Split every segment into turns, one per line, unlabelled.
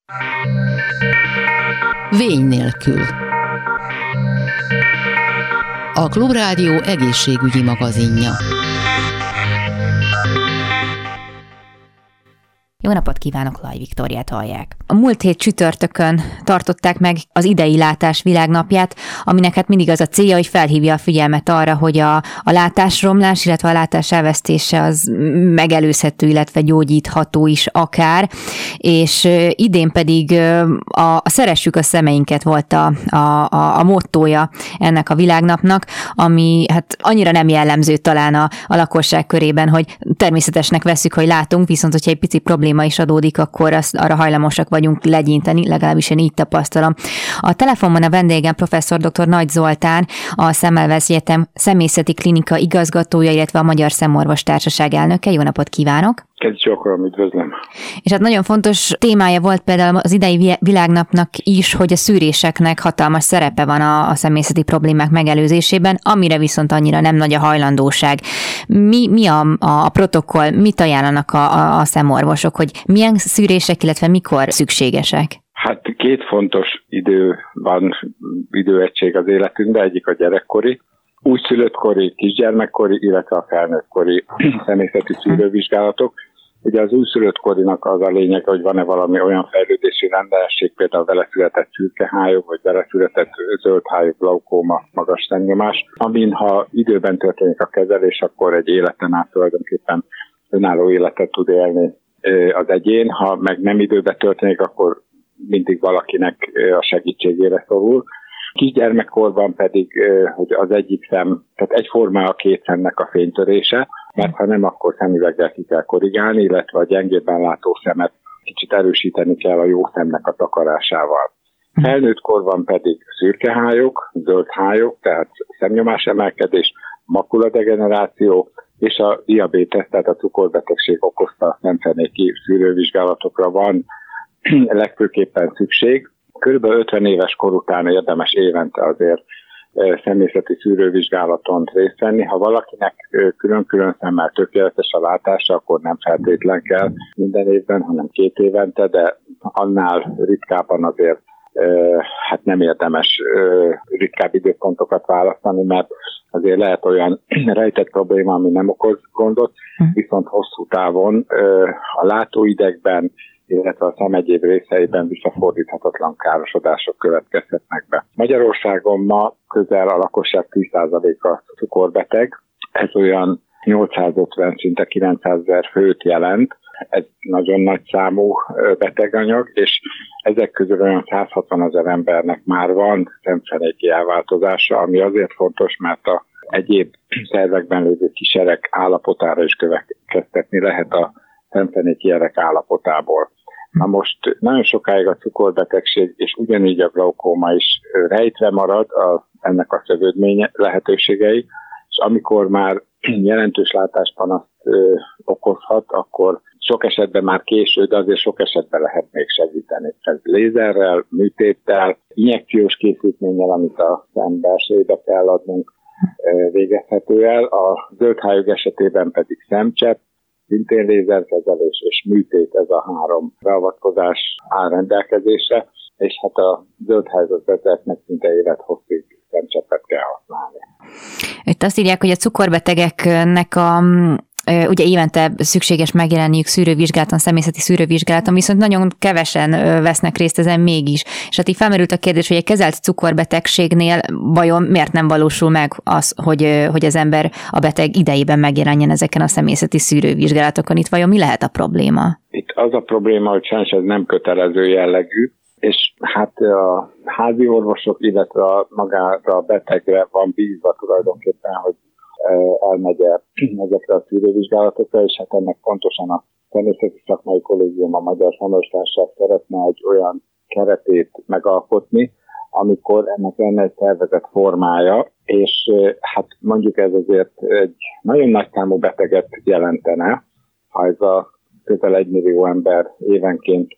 Vény nélkül. A Klubrádió egészségügyi magazinja.
Jó napot kívánok, Laj Viktóriát hallják. A múlt hét csütörtökön tartották meg az idei látás világnapját, aminek hát mindig az a célja, hogy felhívja a figyelmet arra, hogy a látásromlás, illetve a látás elvesztése az megelőzhető, illetve gyógyítható is akár, és idén pedig a Szeressük a szemeinket volt a mottója ennek a világnapnak, ami hát annyira nem jellemző talán a lakosság körében, hogy természetesnek vesszük, hogy látunk, viszont hogyha egy pici probléma is adódik, akkor arra hajlamosak vagyunk legyinteni, legalábbis én így tapasztalom. A telefonban a vendégem professzor dr. Nagy Zoltán, a Semmelweis Egyetem Szemészeti Klinika igazgatója, illetve a Magyar Szemorvos Társaság elnöke. Jó napot kívánok!
Kezdjük akkor, üdvözlöm!
És hát nagyon fontos témája volt például az idei világnapnak is, hogy a szűréseknek hatalmas szerepe van a szemészeti problémák megelőzésében, amire viszont annyira nem nagy a hajlandóság. Mi a protokoll, mit ajánlanak a szemorvosok, hogy milyen szűrések, illetve mikor szükségesek?
Hát két fontos időegység az életünkben, egyik a gyerekkori, újszülöttkori, kisgyermekkori, illetve a felnőttkori szemészeti szűrővizsgálatok. Ugye az újszülöttkorinak az a lényeg, hogy van-e valami olyan fejlődési rendellenesség, például vele született szürkehályog, vagy vele született zöldhályog, glaukóma, magas szemnyomás, amin ha időben történik a kezelés, akkor egy életen át tulajdonképpen önálló életet tud élni az egyén. Ha meg nem időben történik, akkor mindig valakinek a segítségére szorul. Kisgyermekkorban pedig, hogy az egyik szem, tehát egyforma a két szemnek a fénytörése, mert ha nem, akkor szemüveggel ki kell korrigálni, illetve a gyengébben látó szemet kicsit erősíteni kell a jó szemnek a takarásával. Felnőtt korban pedig szürkehályok, zöldhályok, tehát szemnyomás emelkedés, makuladegeneráció és a diabétesz, tehát a cukorbetegség okozta szemfenéki szűrővizsgálatokra van legfőképpen szükség. Körülbelül 50 éves kor után érdemes évente azért szemészeti szűrővizsgálaton részt venni. Ha valakinek külön-külön szemmel tökéletes a látása, akkor nem feltétlen kell minden évben, hanem 2 évente, de annál ritkábban azért hát nem érdemes ritkább időpontokat választani, mert azért lehet olyan rejtett probléma, ami nem okoz gondot, viszont hosszú távon a látóidegben, illetve a szem egyéb részeiben visszafordíthatatlan károsodások következhetnek be. Magyarországon ma közel a lakosság 10%-a cukorbeteg, ez olyan 850, szinte 900 000 főt jelent, ez nagyon nagy számú beteganyag, és ezek közül olyan 160 000 embernek már van szemfenéki elváltozása, ami azért fontos, mert a egyéb szervekben lévő kiserek állapotára is következtetni lehet a szemfenéki erek állapotából. Na most nagyon sokáig a cukorbetegség és ugyanígy a glaukóma is rejtve marad ennek a szövődmény lehetőségei, és amikor már jelentős látáspanaszt okozhat, akkor sok esetben már késő, de azért sok esetben lehet még segíteni. Ez lézerrel, műtéttel, injekciós készítménnyel, amit a szem belsejébe kell adnunk, végezhető el. A zöldhályog esetében pedig szemcsepp, szintén lézerkezelés és műtét, ez a 3 beavatkozás áll rendelkezésre, és hát a zöldhályogos betegeknek szinte élethosszig szemcseppet kell használni.
Itt azt írják, hogy a cukorbetegeknek ugye évente szükséges megjelenniük szűrővizsgálaton, szemészeti szűrővizsgálaton, viszont nagyon kevesen vesznek részt ezen mégis. És hát így felmerült a kérdés, hogy egy kezelt cukorbetegségnél vajon miért nem valósul meg az, hogy az ember, a beteg idejében megjelenjen ezeken a szemészeti szűrővizsgálatokon. Itt vajon mi lehet a probléma? Itt
az a probléma, hogy sajnos ez nem kötelező jellegű, és hát a házi orvosok, illetve magára a betegre van bízva tulajdonképpen, hogy elmegy ezekre a szűrővizsgálatokra, és hát ennek pontosan a Szemészeti Szakmai Kollégium, a Magyar Szemorvos Társaság szeretne egy olyan keretét megalkotni, amikor ennek lenne egy szervezett formája, és hát mondjuk ez azért egy nagyon nagy számú beteget jelentene, ha ez a közel 1 millió ember évenként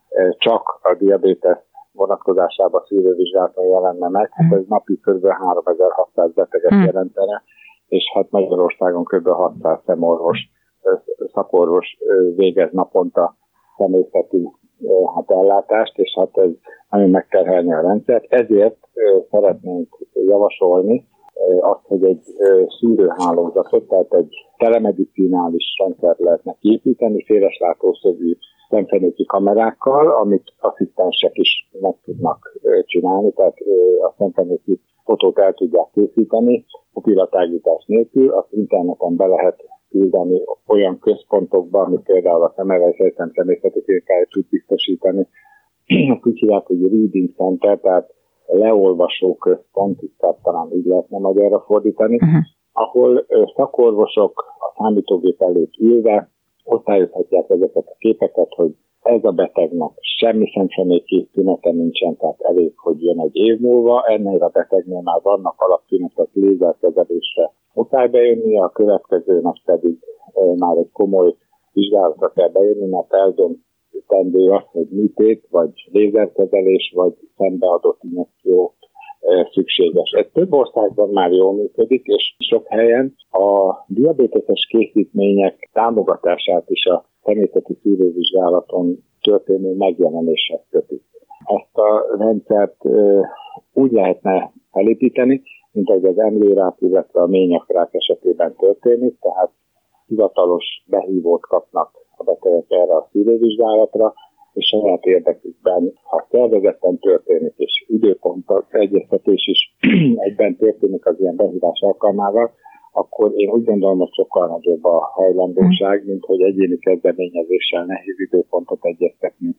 csak a diabétesz vonatkozásában szűrővizsgálaton jelenne meg, hát ez napi kb. 3600 beteget jelentene, és hát Magyarországon kb. 600 szemorvos, szakorvos végez naponta szemészeti ellátást, és ez nagyon megterhelni a rendszert. Ezért szeretnénk javasolni azt, hogy egy szűrőhálózatot, tehát egy telemedicinális rendszert lehetne építeni, széleslátószögű szemfenéki kamerákkal, amit asszisztensek is meg tudnak csinálni, tehát a szemfenéki fotót el tudják készíteni, pupillatágítás nélkül, azt interneten be lehet küldeni olyan központokba, amit például a Szemmelweis Egyetem Személyzeti Klinikája tud biztosítani. Úgy hívják, hogy Reading Center, tehát leolvasó központ, tehát talán így lehetne magyarra fordítani, ahol szakorvosok a számítógép előtt ülve osztályozhatják ezeket a képeket, hogy ez a betegnek semmi szemfenéki tünete nincsen, tehát elég, hogy jön egy év múlva, ennél a betegnél már vannak alaptünetek, lézerkezelésre muszáj bejönni, a következőnek pedig már egy komoly vizsgálatra kell bejönni, mert eldöntendő az, hogy műtét, vagy lézerkezelés, vagy szembeadott injekció szükséges. Ez több országban már jól működik, és sok helyen a diabéteses készítmények támogatását is a természeti szűrővizsgálaton történő megjelenéshez kötik. Ezt a rendszert úgy lehetne felépíteni, mint ahogy az emlőrák, illetve a ményakrák esetében történik, tehát hivatalos behívót kapnak a betegek erre a szűrővizsgálatra, és saját érdekükben, ha szervezetten történik, és időpont egyeztetés is egyben történik az ilyen behívás alkalmával, akkor én úgy gondolom, hogy sokkal nagyobb a hajlandóság, mint hogy egyéni kezdeményezéssel nehéz időpontot egyeztetni.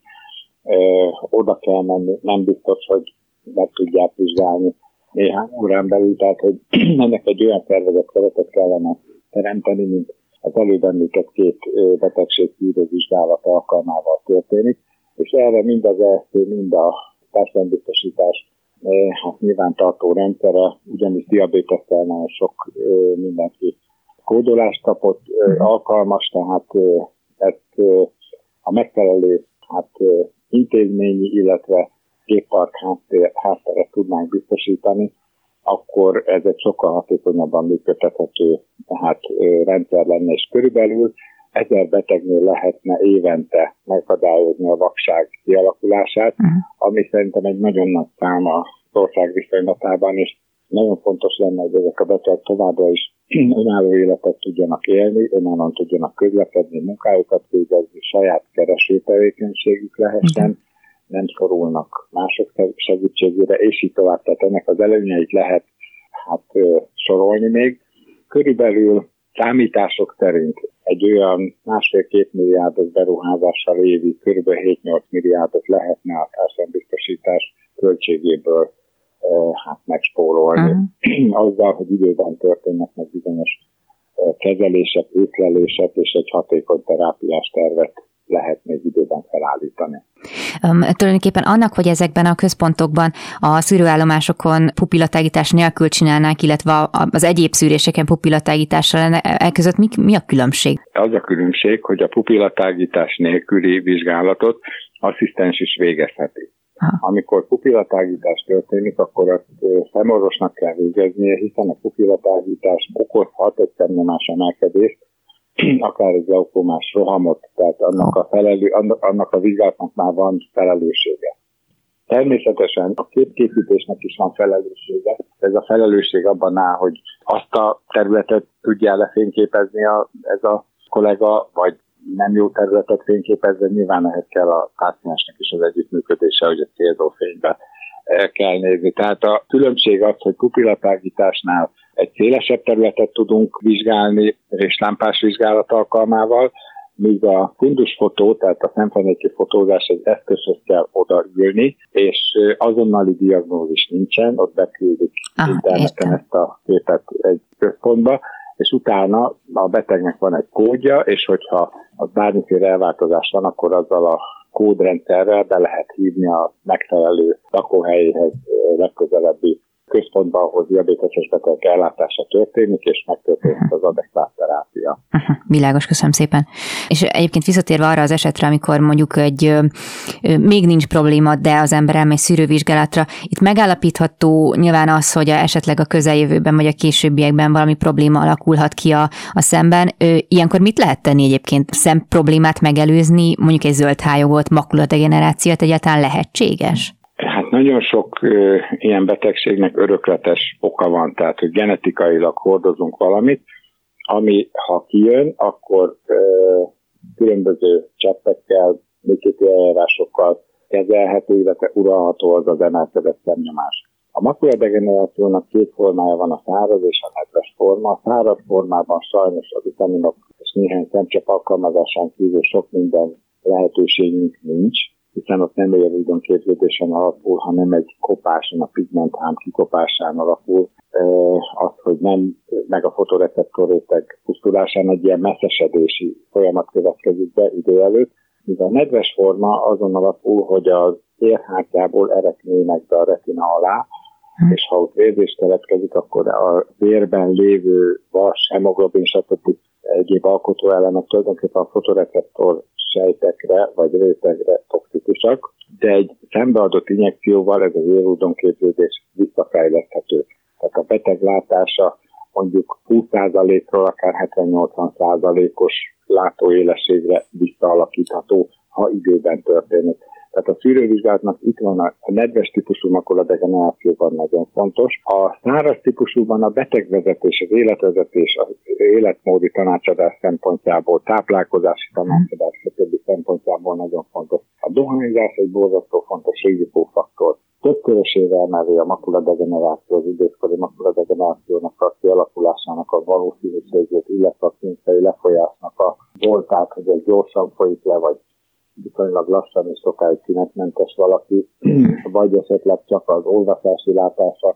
Oda kell menni, nem biztos, hogy meg tudják vizsgálni néhány órán belül, tehát hogy ennek egy olyan szervezet keretet kellene teremteni, mint az előbb említett két betegség szűrővizsgálat alkalmával történik, és erre mind az ESZT, mind a társadalombiztosítás nyilvántartó rendszere, ugyanis diabétesszel nagyon sok mindenki kódolást kapott, alkalmas, tehát ezt a megfelelő intézményi, illetve géppark hátteret tudnánk biztosítani, akkor ez egy sokkal hatékonyabban működtethető rendszer lenne, és körülbelül 1000 betegnél lehetne évente megakadályozni a vakság kialakulását, ami szerintem egy nagyon nagy szám az ország viszonylatában, és nagyon fontos lenne, hogy ezek a betegek továbbra is önálló életet tudjanak élni, önállóan tudjanak közlekedni, munkájukat végezni, saját keresőtevékenységük lehessen, nem szorulnak mások segítségére, és így tovább. Tehát ennek az előnyeit lehet sorolni még. Körülbelül számítások szerint egy olyan 1,5-2 milliárdos beruházással évi kb. 7-8 milliárdot lehetne a társadalombiztosítás költségéből megspórolni. Azzal, hogy időben történnek meg bizonyos kezelések, észlelések, és egy hatékony terápiás tervet lehet még időben felállítani.
Tulajdonképpen annak, hogy ezekben a központokban a szűrőállomásokon pupillatágítás nélkül csinálnák, illetve az egyéb szűréseken pupillatágítással lenne, között mi a különbség?
Az a különbség, hogy a pupillatágítás nélküli vizsgálatot asszisztens is végezheti. Amikor pupillatágítás történik, akkor azt szemorvosnak kell végeznie, hiszen a pupillatágítás okozhat egy szemnyomás emelkedést, akár egy glaukómás rohamot, tehát annak a vizsgálatnak már van felelőssége. Természetesen a képkészítésnek is van felelőssége. Ez a felelősség abban áll, hogy azt a területet tudja lefényképezni ez a kollega, vagy nem jó területet fényképezve, nyilván ehhez kell a páciensnek is az együttműködése, hogy a célzó fénybe kell nézni. Tehát a különbség az, hogy pupillatágításnál egy szélesebb területet tudunk vizsgálni réslámpás vizsgálat alkalmával, míg a fundusfotó, tehát a szemfenéki fotózás egy eszközhöz kell odaülni, és azonnali diagnózis nincsen, ott beküldik interneten ezt a képet egy központba, és utána a betegnek van egy kódja, és hogyha az bármiféle elváltozás van, akkor azzal a kódrendszerrel be lehet hívni a megfelelő lakóhelyéhez legközelebbi központban, ahol diabéteses betegek ellátása történik, és megtörténik az adekvát terápia.
Világos, köszönöm szépen. És egyébként visszatérve arra az esetre, amikor mondjuk még nincs probléma, de az ember elmegy szűrővizsgálatra, itt megállapítható nyilván az, hogy esetleg a közeljövőben vagy a későbbiekben valami probléma alakulhat ki a szemben. Ilyenkor mit lehet tenni egyébként? Szemproblémát megelőzni, mondjuk egy zöldhályogott makuladegenerációt egyáltalán lehetséges?
Hát nagyon sok ilyen betegségnek örökletes oka van, tehát hogy genetikailag hordozunk valamit, ami ha kijön, akkor különböző cseppekkel, műtéti eljárásokkal kezelhető, illetve uralható az emelkedett szemnyomás. A makuladegenerációnak két formája van, a száraz és a nedves forma. A száraz formában sajnos a vitaminok és néhány szemcsepp alkalmazásán kívül sok minden lehetőségünk nincs, hiszen ott nem élőidőn képződésen alapul, hanem egy kopáson, a pigmenthám kikopásán alapul. Az, hogy nem, meg a fotoreceptor réteg pusztulásán egy ilyen messzesedési folyamat következik be idő előtt. Mivel a nedves forma azon alapul, hogy az érhártyából erek nőnek be a retina alá, és ha ott vérzés keletkezik, akkor a vérben lévő vas, hemoglobin, stb. Egyéb alkotóelemek tulajdonképpen a fotoreceptor sejtekre vagy rétegre toxikusak, de egy szembeadott injekcióval ez az vérúton képződés visszafejleszthető. Tehát a beteg látása mondjuk 20%-ról akár 70-80%-os látóélességre visszaalakítható, ha időben történik. Tehát a szűrővizsgálatnak itt van a nedves típusú makuladegenerációban nagyon fontos. A száraz típusúban a betegvezetés, az életvezetés, az életmódi tanácsadás szempontjából, táplálkozási tanácsadás stb. Szempontjából nagyon fontos. A dohányzás egy borzasztó fontos rizikófaktor. Többkörösével emeli a makuladegeneráció, az időskori makuladegenerációnak a kialakulásának a valószínűségét, illetve a szintei lefolyásnak a voltát, hogy ez gyorsan folyik le, vagy viszonylag lassan és sokáig tünetmentes valaki, vagy esetleg csak az olvasási látása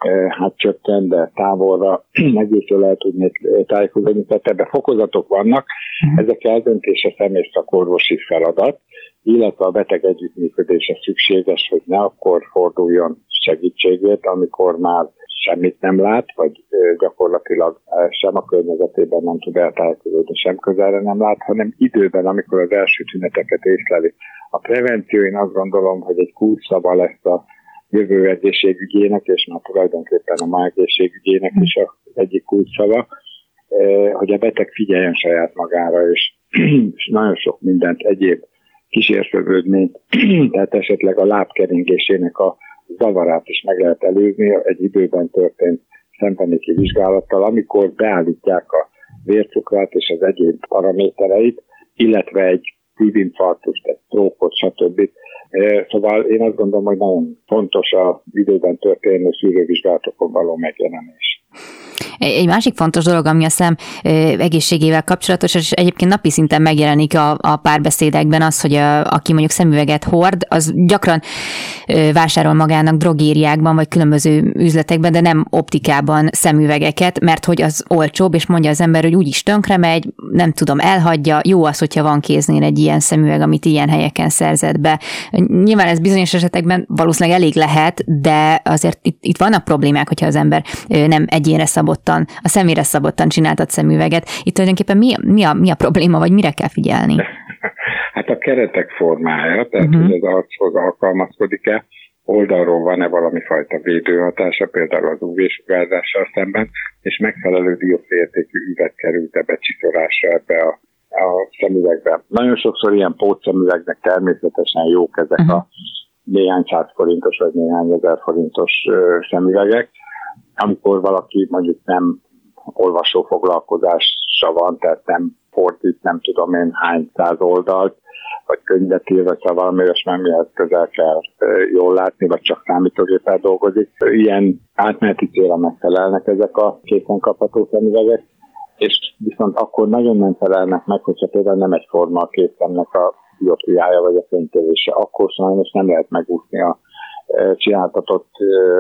csökken, de távolra egészen lehet tudni tájékozódni, tehát ebben fokozatok vannak, ezek eldöntése személyszakorvosi feladat, illetve a beteg együttműködése szükséges, hogy ne akkor forduljon segítségért, amikor már semmit nem lát, vagy gyakorlatilag sem a környezetében nem tud eltájékozódni, sem közelre nem lát, hanem időben, amikor az első tüneteket észleli. A prevenció, én azt gondolom, hogy egy kulcsszava lesz a jövő egészségügyének, és már tulajdonképpen a ma egészségügyének is az egyik kulcsszava, hogy a beteg figyeljen saját magára, és nagyon sok mindent egyéb kísérszövődményt, tehát esetleg a lábkeringésének a zavarát is meg lehet előzni egy időben történt szembenéki vizsgálattal, amikor beállítják a vércukrát és az egyéb paramétereit, illetve egy szívinfarktust, egy stroke-ot, stb. Szóval én azt gondolom, hogy nagyon fontos az időben történő szűrővizsgálatokon való megjelenés.
Egy másik fontos dolog, ami a szem egészségével kapcsolatos, és egyébként napi szinten megjelenik a párbeszédekben az, hogy aki mondjuk szemüveget hord, az gyakran vásárol magának drogériákban, vagy különböző üzletekben, de nem optikában szemüvegeket, mert hogy az olcsóbb, és mondja az ember, hogy úgyis tönkre megy, nem tudom, elhagyja, jó az, hogyha van kéznél egy ilyen szemüveg, amit ilyen helyeken szerzett be. Nyilván ez bizonyos esetekben valószínűleg elég lehet, de azért itt vannak problémák, hogyha az ember nem egyénre szabottan, a személyre szabottan csináltat szemüveget. Itt tulajdonképpen mi a probléma, vagy mire kell figyelni?
Hát a keretek formája, tehát hogy az archoz alkalmazkodik-e, oldalról van-e valami fajta védőhatása, például az UV-sugárzással szemben, és megfelelő dioptriértékű üveg került-e becsiszolásra ebbe a szemüvegbe. Nagyon sokszor ilyen pótszemüvegnek természetesen jók ezek a néhány 100 forintos vagy néhány 1000 forintos szemüvegek, amikor valaki mondjuk nem olvasó foglalkozása van, tehát nem fordít, nem tudom én hány 100 oldalt, vagy könyvet ír, vagy valami olyasmi, mihez közel kell jól látni, vagy csak számítógéppel dolgozik. Ilyen átmeneti célra megfelelnek ezek a készen kapható szemüvegek, és viszont akkor nagyon nem felelnek meg, hogyha például nem egyforma a két szemnek a dioptriája vagy a fénytérése. Akkor sajnos nem lehet megúszni a csináltatott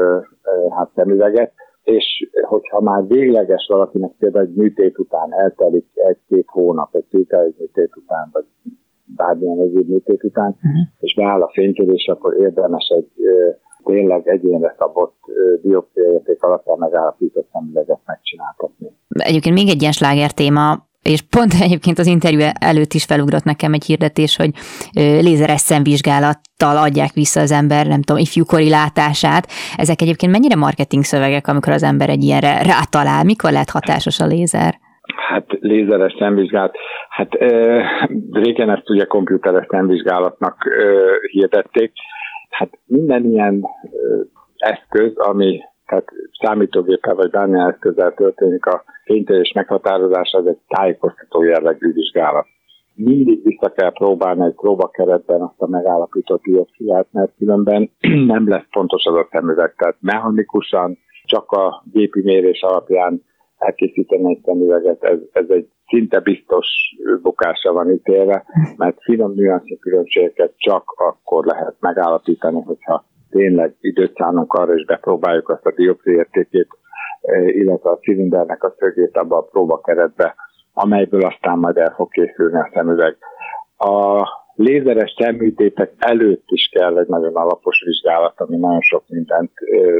szemüveget, és hogyha már végleges valakinek például egy műtét után eltelik 1-2 hónap, egy műtét után, vagy bármilyen egyéb műtét után, és beáll a fénytörés, akkor érdemes egy tényleg egyénre szabott dioptriaérték alapján megállapított szemüveget megcsináltatni.
Egyébként még egy ilyen sláger téma, és pont egyébként az interjú előtt is felugrott nekem egy hirdetés, hogy lézeres szemvizsgálattal adják vissza az ember, nem tudom, ifjúkori látását. Ezek egyébként mennyire marketing szövegek, amikor az ember egy ilyenre rátalál? Mikor lehet hatásos a lézer?
Hát lézeres szemvizsgálat, régen ezt ugye komputeres szemvizsgálatnak hirdették. Hát minden ilyen eszköz, ami tehát számítógéppel vagy bármilyen eszközzel történik a fénytérés meghatározása, az egy tájékoztató jellegű vizsgálat. Mindig vissza kell próbálni egy próbakeretben azt a megállapított dioptriát, mert különben nem lesz pontos az a szemüveg. Tehát mechanikusan csak a gépi mérés alapján elkészíteni egy szemüveget, ez egy szinte biztos bukásra van ítélve, mert finom nüansznyi különbségeket csak akkor lehet megállapítani, hogyha tényleg időt szánunk arra, és bepróbáljuk azt a dioptria értékét, illetve a cilindernek a szögét abba a próbakeretbe, amelyből aztán majd el fog készülni a szemüveg. A lézeres szemműtétek előtt is kell egy nagyon alapos vizsgálat, ami nagyon sok mindent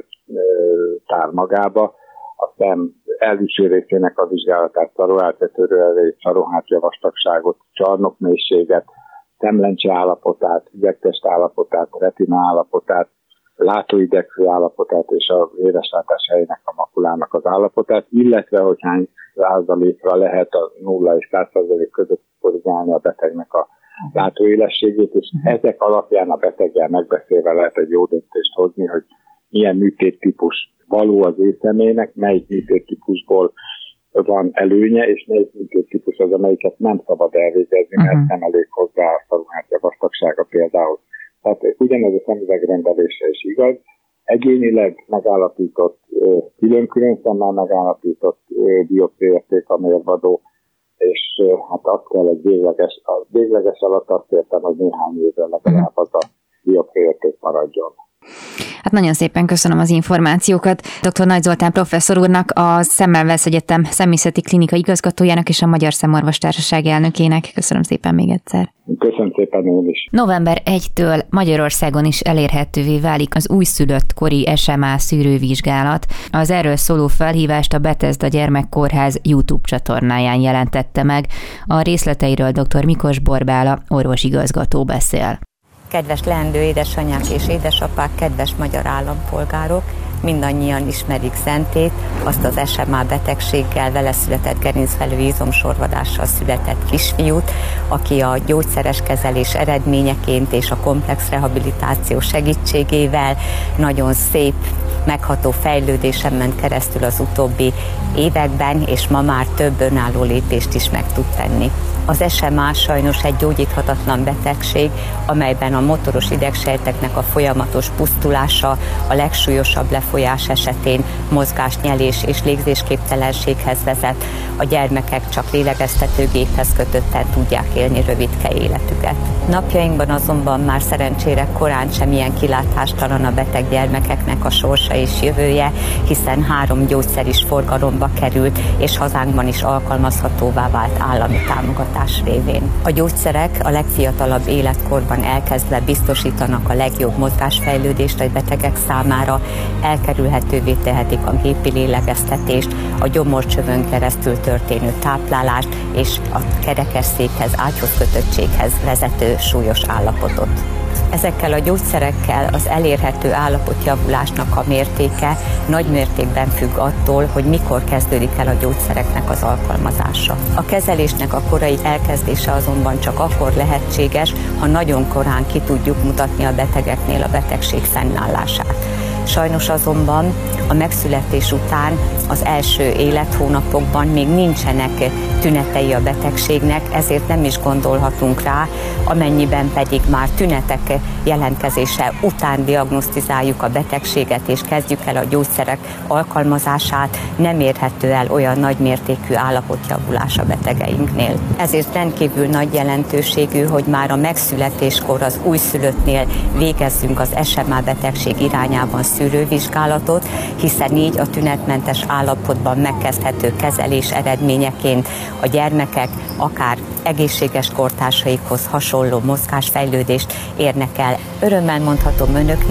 tár magába. A szem elviső részének a vizsgálatát, szaróátvetőerejét, szaróhátja vastagságot, csarnokmélységet, szemlencse állapotát, üvegtest állapotát, retina állapotát, látóidegfő állapotát és a éreslátás helyének a makulának az állapotát, illetve hogy hány százalékra lehet a 0 és 100% között korrigálni a betegnek a látóélességét, és ezek alapján a beteggel megbeszélve lehet egy jó döntést hozni, hogy milyen műtéttípus való az ő személynek, melyik műtéttípusból van előnye, és melyik műtéttípus az, amelyiket nem szabad elvégezni, mert nem elég hozzá a szaruhátja vastagsága például. Tehát ugyanez a szemüvegrendelésre is igaz. Egyénileg megállapított, külön-külön szemmel megállapított dioptriaérték a mérvadó, és hát azt kell egy végleges alatt azt értem, hogy néhány évre legalább az a dioptriaérték maradjon.
Hát nagyon szépen köszönöm az információkat dr. Nagy Zoltán professzor úrnak, a Szemmelweis Egyetem Szemészeti Klinika igazgatójának és a Magyar Szemorvostársaság elnökének. Köszönöm szépen még egyszer.
Köszönöm szépen én is.
November 1-től Magyarországon is elérhetővé válik az újszülött kori SMA szűrővizsgálat. Az erről szóló felhívást a Bethesda Gyermekkórház YouTube csatornáján jelentette meg. A részleteiről dr. Mikos Borbála orvosigazgató beszél.
Kedves leendő édesanyák és édesapák, kedves magyar állampolgárok, mindannyian ismerik Zentét, azt az SMA betegséggel, vele született gerincvelő izomsorvadással született kisfiút, aki a gyógyszeres kezelés eredményeként és a komplex rehabilitáció segítségével nagyon szép, megható fejlődésen ment keresztül az utóbbi években, és ma már több önálló lépést is meg tud tenni. Az SMA sajnos egy gyógyíthatatlan betegség, amelyben a motoros idegsejteknek a folyamatos pusztulása, a legsúlyosabb lefolyás esetén mozgásnyelés és légzésképtelenséghez vezet. A gyermekek csak lélegeztetőgéphez kötötten tudják élni rövidke életüket. Napjainkban azonban már szerencsére korán sem ilyen kilátástalan a beteg gyermekeknek a sorsa és jövője, hiszen 3 gyógyszer is forgalomba került, és hazánkban is alkalmazhatóvá vált állami támogatás révén. A gyógyszerek a legfiatalabb életkorban elkezdve biztosítanak a legjobb mozgásfejlődést a betegek számára, elkerülhetővé tehetik a gépi lélegeztetést, a gyomorcsövön keresztül történő táplálást és a kerekesszékhez, ágyhoz kötöttséghez vezető súlyos állapotot. Ezekkel a gyógyszerekkel az elérhető állapotjavulásnak a mértéke nagy mértékben függ attól, hogy mikor kezdődik el a gyógyszereknek az alkalmazása. A kezelésnek a korai elkezdése azonban csak akkor lehetséges, ha nagyon korán ki tudjuk mutatni a betegeknél a betegség fennállását. Sajnos azonban a megszületés után az első élethónapokban még nincsenek tünetei a betegségnek, ezért nem is gondolhatunk rá, amennyiben pedig már tünetek jelentkezése után diagnosztizáljuk a betegséget és kezdjük el a gyógyszerek alkalmazását, nem érhető el olyan nagy mértékű állapotjavulás a betegeinknél. Ezért rendkívül nagy jelentőségű, hogy már a megszületéskor az újszülöttnél végezzünk az SMA betegség irányában szűrővizsgálatot, hiszen így a tünetmentes állapotban megkezdhető kezelés eredményeként a gyermekek akár egészséges kortársaikhoz hasonló mozgásfejlődést érnek el. Örömmel mondhatom önöknek,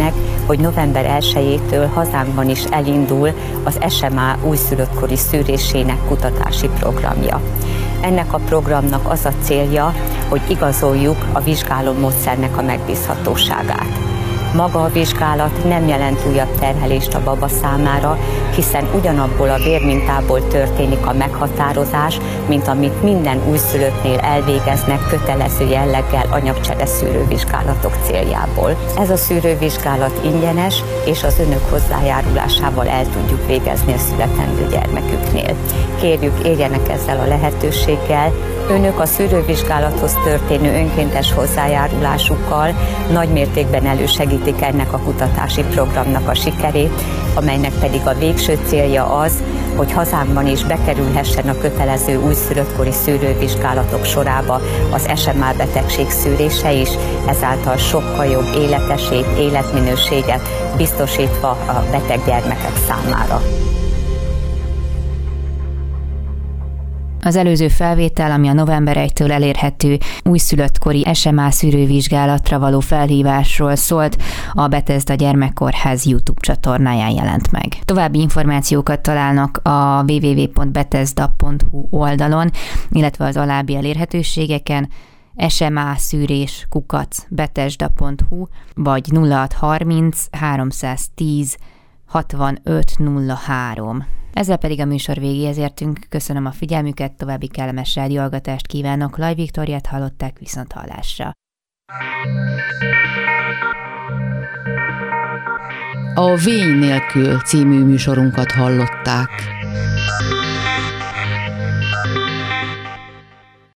hogy november 1-től hazánkban is elindul az SMA újszülöttkori szűrésének kutatási programja. Ennek a programnak az a célja, hogy igazoljuk a vizsgálómódszernek a megbízhatóságát. Maga a vizsgálat nem jelent újabb terhelést a baba számára, hiszen ugyanabból a vérmintából történik a meghatározás, mint amit minden újszülöttnél elvégeznek kötelező jelleggel anyagcsere szűrővizsgálatok céljából. Ez a szűrővizsgálat ingyenes, és az önök hozzájárulásával el tudjuk végezni a születendő gyermeküknél. Kérjük, éljenek ezzel a lehetőséggel. Önök a szűrővizsgálathoz történő önkéntes hozzájárulásukkal nagy mértékben elősegítik ennek a kutatási programnak a sikerét, amelynek pedig a végső célja az, hogy hazánkban is bekerülhessen a kötelező újszülöttkori szűrővizsgálatok sorába az SMA betegség szűrése is, ezáltal sokkal jobb életesélyt, életminőséget biztosítva a beteg gyermekek számára.
Az előző felvétel, ami a november 1-től elérhető újszülöttkori SMA szűrővizsgálatra való felhívásról szólt, a Bethesda Gyermekkórház YouTube csatornáján jelent meg. További információkat találnak a www.bethesda.hu oldalon, illetve az alábbi elérhetőségeken: sma-szűrés@bethesda.hu vagy 0630 310 6503. Ezzel pedig a műsor végéhez értünk. Köszönöm a figyelmüket, további kellemes rádióhallgatást kívánok. Laj Viktóriát hallották, viszonthallásra.
A Vény nélkül című műsorunkat hallották.